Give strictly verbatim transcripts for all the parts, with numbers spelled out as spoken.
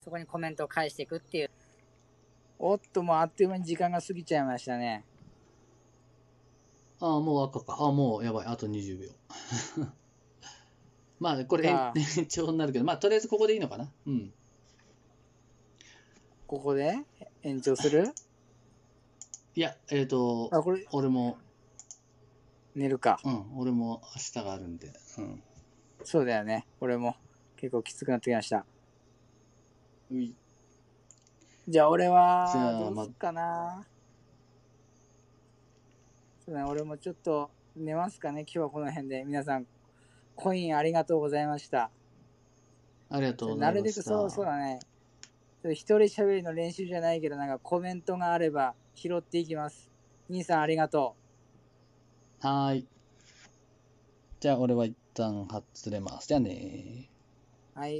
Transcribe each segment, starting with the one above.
そこにコメントを返していくっていう。おっと、もうあっという間に時間が過ぎちゃいましたね。 ああ、もう赤か。ああ、もうやばい。あとにじゅうびょう。まあ、これ延延長になるけど、まあ、とりあえずここでいいのかな。うん。 ここで延長する？ いや、えっ、ー、と、 あ、これ、 俺も、 寝るか。 うん、俺も明日があるんで。うん。 そうだよね。俺も結構きつくなってきました。 うい。 じゃあ俺じは、 ゃあ、まどうすっかな。そうだね、俺もちょっと寝ますかね。今日はこの辺で。皆さん、コインありがとうございました。 ありがとうござないるました。 べくそう、そうだね。一人喋りの練習じゃないけど、なんかコメントがあれば拾っていきます。兄さんありがとう。はーい。じゃあ、俺は一旦外れます。じゃあねー。はい。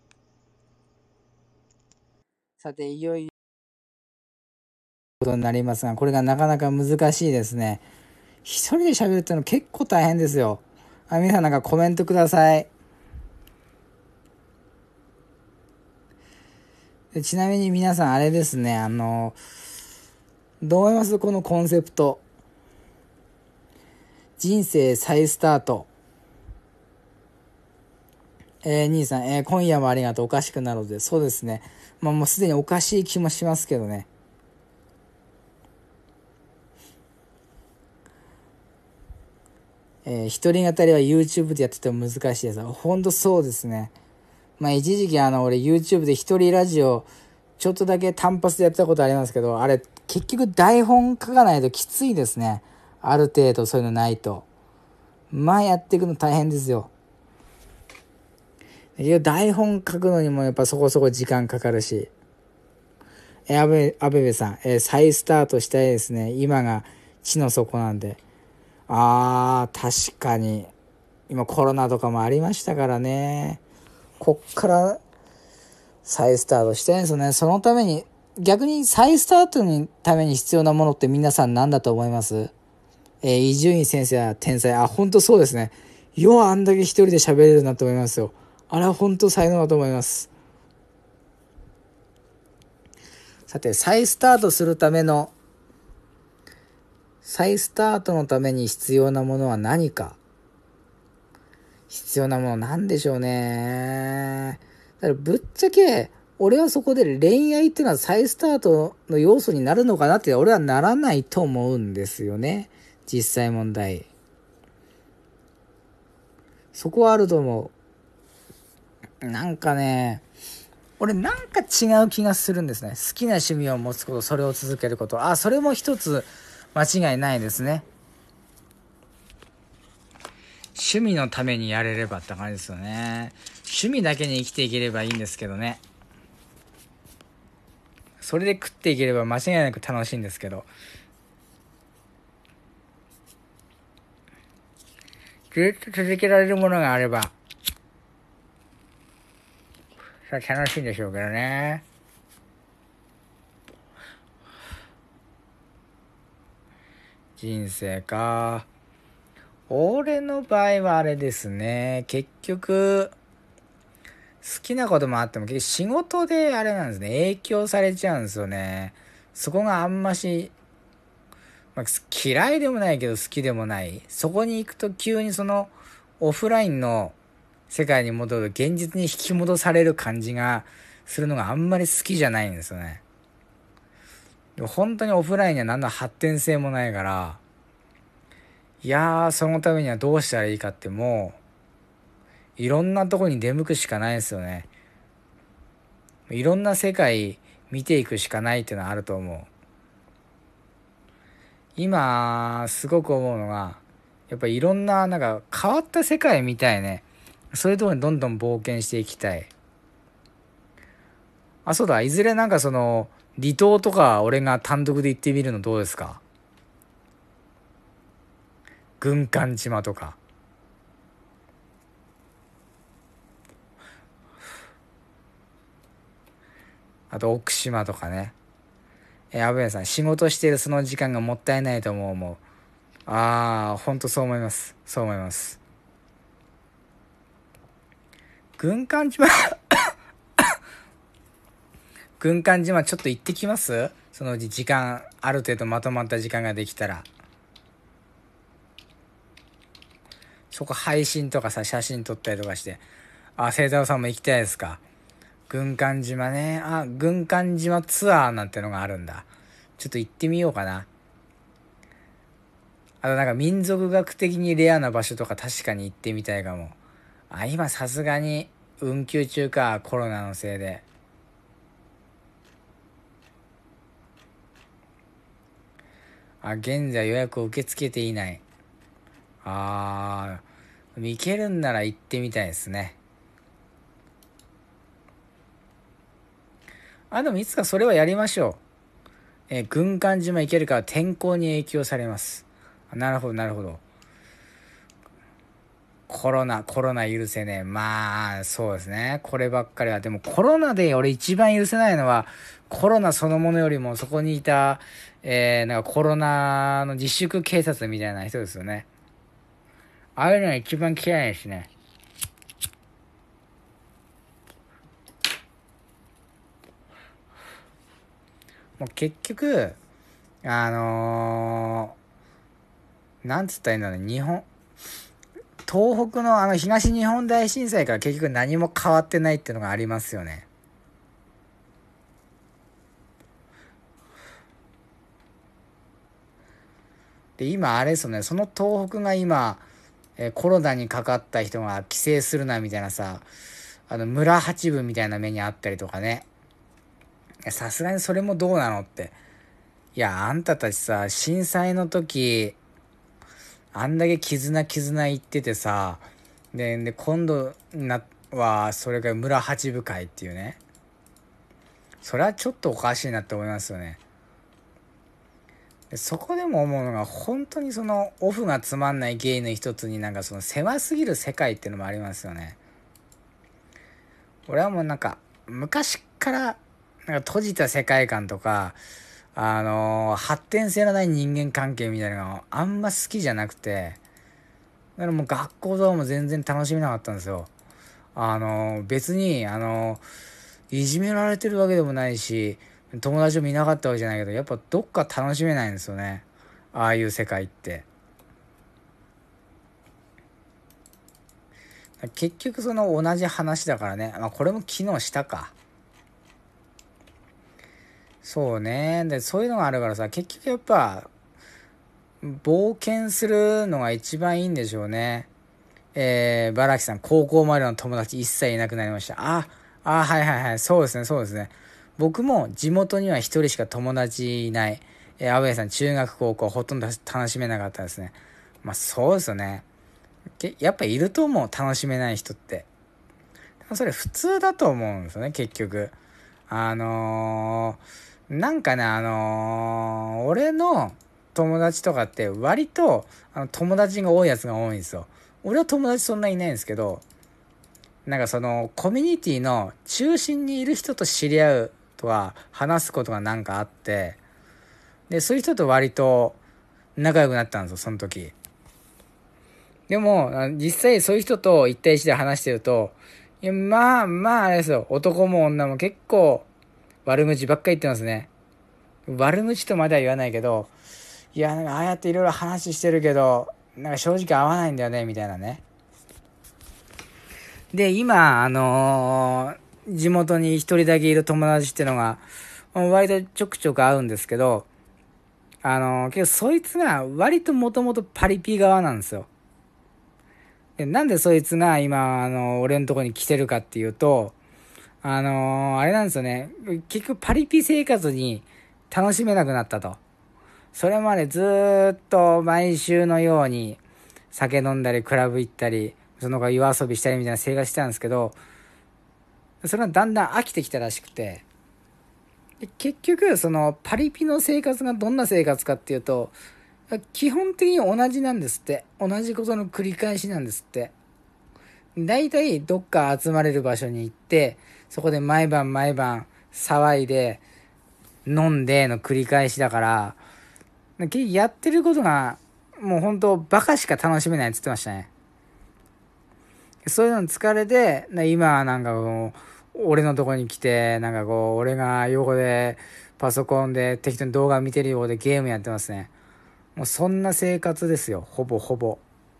さて、いよいよ、ことになりますが、これがなかなか難しいですね。一人で喋るっての結構大変ですよ。あ、皆さんなんかコメントください。でちなみに皆さんあれですね、あの、どう思いますこのコンセプト。人生再スタート。えー、兄さん、えー、今夜もありがとう。おかしくなるので。そうですね。まあもうすでにおかしい気もしますけどね。えー、一人語りは YouTube でやってても難しいです。ほんとそうですね。まあ一時期あの俺 YouTube で一人ラジオちょっとだけ単発でやってたことありますけど、あれ結局台本書かないときついですね。ある程度そういうのないと。まあやっていくの大変ですよ。台本書くのにもやっぱそこそこ時間かかるし。え、安倍、安倍さん、え、再スタートしたいですね。今が地の底なんで。あー、確かに。今コロナとかもありましたからね。こっから再スタートしたいんですよね。そのために、逆に再スタートのために必要なものって皆さん何だと思います？えー、伊集院先生は天才。あ、本当そうですね。ようあんだけ一人で喋れるなと思いますよ。あれは本当才能だと思います。さて、再スタートするための、再スタートのために必要なものは何か。必要なものなんでしょうね。だからぶっちゃけ、俺はそこで恋愛っていうのは再スタートの要素になるのかなって俺はならないと思うんですよね。実際問題。そこはあると思う。なんかね、俺なんか違う気がするんですね。好きな趣味を持つこと、それを続けること。あ、それも一つ間違いないですね。趣味のためにやれればって感じですよね。趣味だけに生きていければいいんですけどね。それで食っていければ間違いなく楽しいんですけど。ずっと続けられるものがあれば、それは楽しいんでしょうけどね。人生か。俺の場合はあれですね。結局、好きなこともあっても結局仕事であれなんですね。影響されちゃうんですよね。そこがあんまし、まあ、嫌いでもないけど好きでもない。そこに行くと急にそのオフラインの世界に戻る現実に引き戻される感じがするのがあんまり好きじゃないんですよね。でも本当にオフラインには何の発展性もないから、いやーそのためにはどうしたらいいかってもういろんなとこに出向くしかないですよね。いろんな世界見ていくしかないっていうのはあると思う。今すごく思うのがやっぱりいろんななんか変わった世界みたいね。そういうところにどんどん冒険していきたい。あ、そうだ、いずれなんかその離島とか俺が単独で行ってみるのどうですか？軍艦島とか。あと奥島とかね。え、アブヤさん、仕事してるその時間がもったいないと思う。思う。ああ、ほんとそう思います。そう思います。軍艦島軍艦島ちょっと行ってきます？そのうち時間、ある程度まとまった時間ができたら。そこ配信とかさ、写真撮ったりとかして。あ、聖太郎さんも行きたいですか？軍艦島ね。あ、軍艦島ツアーなんてのがあるんだ。ちょっと行ってみようかな。あとなんか民族学的にレアな場所とか確かに行ってみたいかも。あ、今さすがに運休中か、コロナのせいで。あ、現在予約を受け付けていない。あー、行けるんなら行ってみたいですね。あ、でもいつかそれはやりましょう。えー、軍艦島行けるから天候に影響されます。なるほど、なるほど。コロナ、コロナ許せねえ。まあ、そうですね。こればっかりは。でもコロナで俺一番許せないのは、コロナそのものよりもそこにいた、えー、なんかコロナの自粛警察みたいな人ですよね。ああいうのが一番嫌いですね。もう結局、あのー、なんつったらいいんだろうね。日本、東北のあの東日本大震災から結局何も変わってないっていうのがありますよね。で、今あれですよね。その東北が今、えーコロナにかかった人が帰省するなみたいなさ、あの村八分みたいな目にあったりとかね。さすがにそれもどうなのって。いや、あんたたちさ、震災の時、あんだけ絆絆言っててさ、で、で今度なは、それが村八部会っていうね。それはちょっとおかしいなって思いますよね。でそこでも思うのが、本当にそのオフがつまんないゲイの一つになんかその狭すぎる世界っていうのもありますよね。俺はもうなんか、昔からなんか閉じた世界観とか、あのー、発展性のない人間関係みたいなのがあんま好きじゃなくて、だからもう学校とかも全然楽しめなかったんですよ。あのー、別に、あのー、いじめられてるわけでもないし、友達もいなかったわけじゃないけど、やっぱどっか楽しめないんですよね。ああいう世界って。結局その同じ話だからね。まあこれも機能したか。そうね。で、そういうのがあるからさ、結局やっぱ、冒険するのが一番いいんでしょうね。えー、バラキさん、高校までの友達一切いなくなりました。あ、あ、はいはいはい。そうですね、そうですね。僕も地元には一人しか友達いない。えー、アウェイさん、中学高校ほとんど楽しめなかったですね。まあそうですよね。やっぱいると思う、楽しめない人って。それ普通だと思うんですよね、結局。あのー、なんかね、あのー、俺の友達とかって割とあの友達が多いやつが多いんですよ。俺は友達そんないないんですけど、なんかそのコミュニティの中心にいる人と知り合うとか話すことがなんかあって、で、そういう人と割と仲良くなったんですよ、その時。でも、実際そういう人と一対一で話してると、いや、まあまああれですよ、男も女も結構悪口ばっかり言ってますね。悪口とまでは言わないけど、いや、なんかああやっていろいろ話してるけど、なんか正直合わないんだよね、みたいなね。で、今、あのー、地元に一人だけいる友達っていうのが、割とちょくちょく会うんですけど、あのー、けどそいつが割ともともとパリピ側なんですよ。で、なんでそいつが今、あのー、俺のとこに来てるかっていうと、あのー、あれなんですよね。結局パリピ生活に楽しめなくなったと。それまでずーっと毎週のように酒飲んだりクラブ行ったり、その他夜遊びしたりみたいな生活してたんですけど、それはだんだん飽きてきたらしくて、結局そのパリピの生活がどんな生活かっていうと、基本的に同じなんですって。同じことの繰り返しなんですって。だいたいどっか集まれる場所に行って、そこで毎晩毎晩騒いで飲んでの繰り返しだから、やってることがもう本当バカしか楽しめないって言ってましたね。そういうのに疲れて、今はなんかも俺のとこに来て、なんかこう、俺が横でパソコンで適当に動画見てるようでゲームやってますね。もうそんな生活ですよ、ほぼほぼ。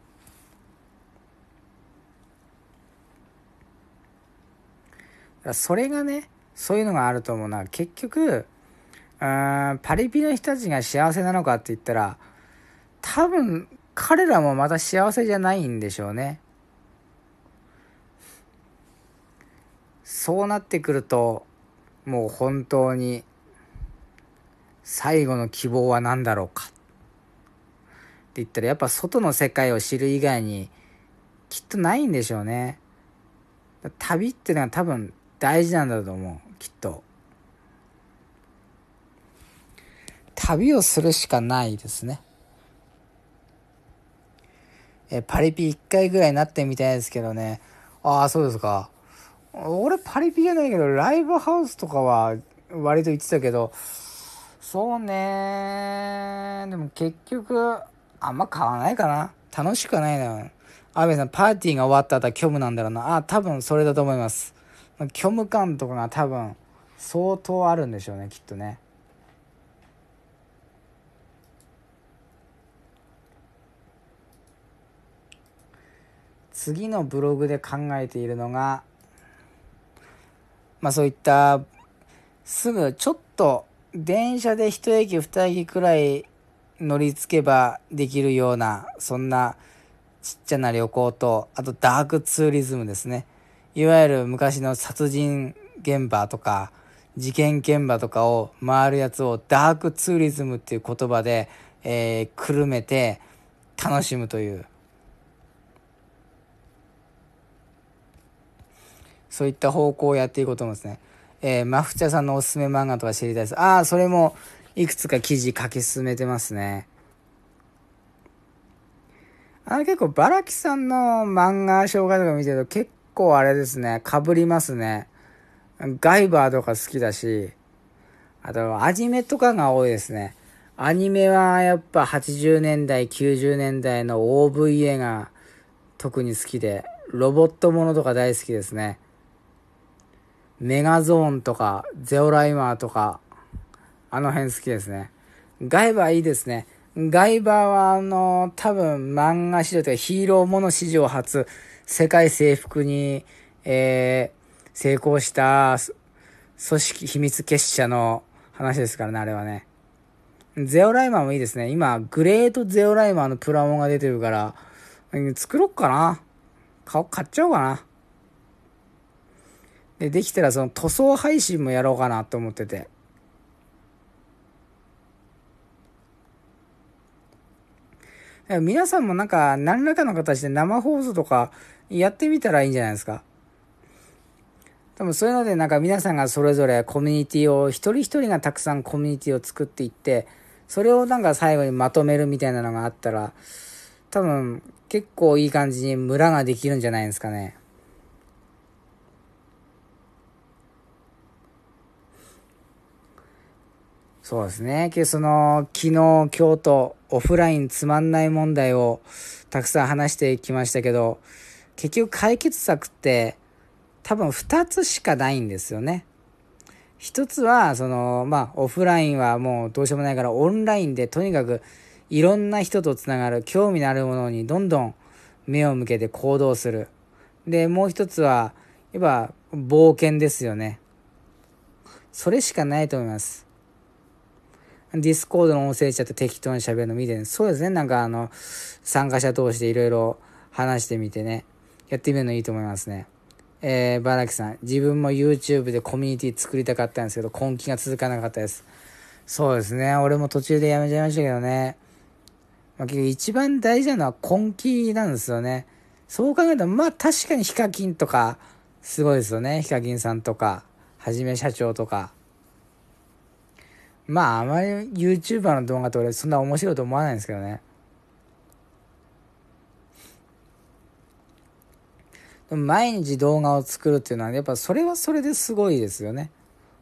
それがね、そういうのがあると思うな。結局、うーん、パリピの人たちが幸せなのかって言ったら、多分、彼らもまた幸せじゃないんでしょうね。そうなってくると、もう本当に、最後の希望は何だろうか。って言ったら、やっぱ外の世界を知る以外に、きっとないんでしょうね。旅っていうのは多分大事なんだと思う、きっと。旅をするしかないですね。えパリピいっかいぐらいになってみたいですけどね。ああ、そうですか。俺パリピじゃないけど、ライブハウスとかは割と行ってたけど、そうね。でも結局、あんま変わらないかな。楽しくはないな。アベさん、パーティーが終わった後は虚無なんだろうな。あ、多分それだと思います。虚無感とかが多分相当あるんでしょうね、きっとね。次のブログで考えているのが、まあそういったすぐちょっと電車で一駅二駅くらい乗りつけばできるような、そんなちっちゃな旅行と、あとダークツーリズムですね。いわゆる昔の殺人現場とか事件現場とかを回るやつをダークツーリズムっていう言葉で、えー、くるめて楽しむという、そういった方向をやっていこうと思うんですね。えー、マフチャさんのおすすめ漫画とか知りたいです。ああ、それもいくつか記事書き進めてますね。あの結構バラキさんの漫画紹介とか見てると結構あれですね、被りますね。ガイバーとか好きだし、あとアニメとかが多いですね。アニメはやっぱはちじゅうねんだい、きゅうじゅうねんだいの オーブイエー が特に好きで、ロボットものとか大好きですね。メガゾーンとか、ゼオライマーとか、あの辺好きですね。ガイバーいいですね。ガイバーはあの、多分漫画史上というかヒーローもの史上初、世界征服に、えー、成功した組織秘密結社の話ですからね、あれはね。ゼオライマーもいいですね。今、グレートゼオライマーのプラモンが出てるから、作ろっかな。買っちゃおうかな。で、できたらその塗装配信もやろうかなと思ってて。皆さんもなんか何らかの形で生放送とかやってみたらいいんじゃないですか。多分そういうのでなんか皆さんがそれぞれコミュニティを一人一人がたくさんコミュニティを作っていって、それをなんか最後にまとめるみたいなのがあったら、多分結構いい感じに村ができるんじゃないですかね。そうですね。けどその昨日今日とオフラインつまんない問題をたくさん話してきましたけど、結局解決策って多分ふたつしかないんですよね。一つはそのまあオフラインはもうどうしようもないからオンラインでとにかくいろんな人とつながる、興味のあるものにどんどん目を向けて行動する。でもう一つはやっぱ冒険ですよね。それしかないと思います。ディスコードの音声チャット適当に喋るの見てる。そうですね。なんかあの、参加者通していろいろ話してみてね。やってみるのいいと思いますね。えー、バラキさん。自分も YouTube でコミュニティ作りたかったんですけど、根気が続かなかったです。そうですね。俺も途中でやめちゃいましたけどね。まあ、結局一番大事なのは根気なんですよね。そう考えたら、まあ確かにヒカキンとか、すごいですよね。ヒカキンさんとか、はじめ社長とか。まああまり YouTuber の動画って俺そんな面白いと思わないんですけどね。でも毎日動画を作るっていうのはやっぱそれはそれですごいですよね。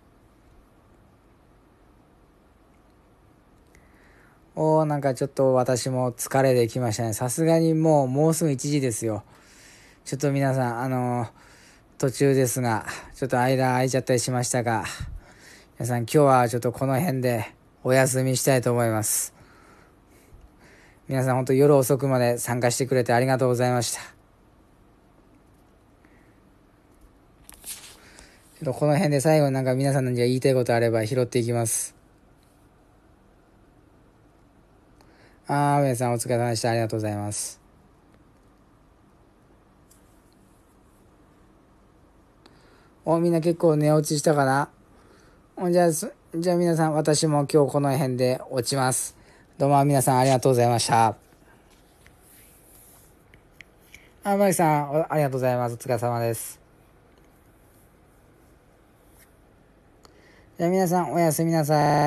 おー、なんかちょっと私も疲れてきましたね。さすがにもうもうすぐいちじですよ。ちょっと皆さんあのー途中ですが、ちょっと間空いちゃったりしましたが、皆さん今日はちょっとこの辺でお休みしたいと思います。皆さん本当夜遅くまで参加してくれてありがとうございました。ちょっとこの辺で最後になんか皆さんの言いたいことあれば拾っていきます。あー、皆さんお疲れ様でした。ありがとうございます。お、みんな結構寝落ちしたかな。じゃあ、じゃあ皆さん、私も今日この辺で落ちます。どうも皆さんありがとうございました。あ、マリさん、ありがとうございます。お疲れ様です。じゃあ皆さん、おやすみなさい。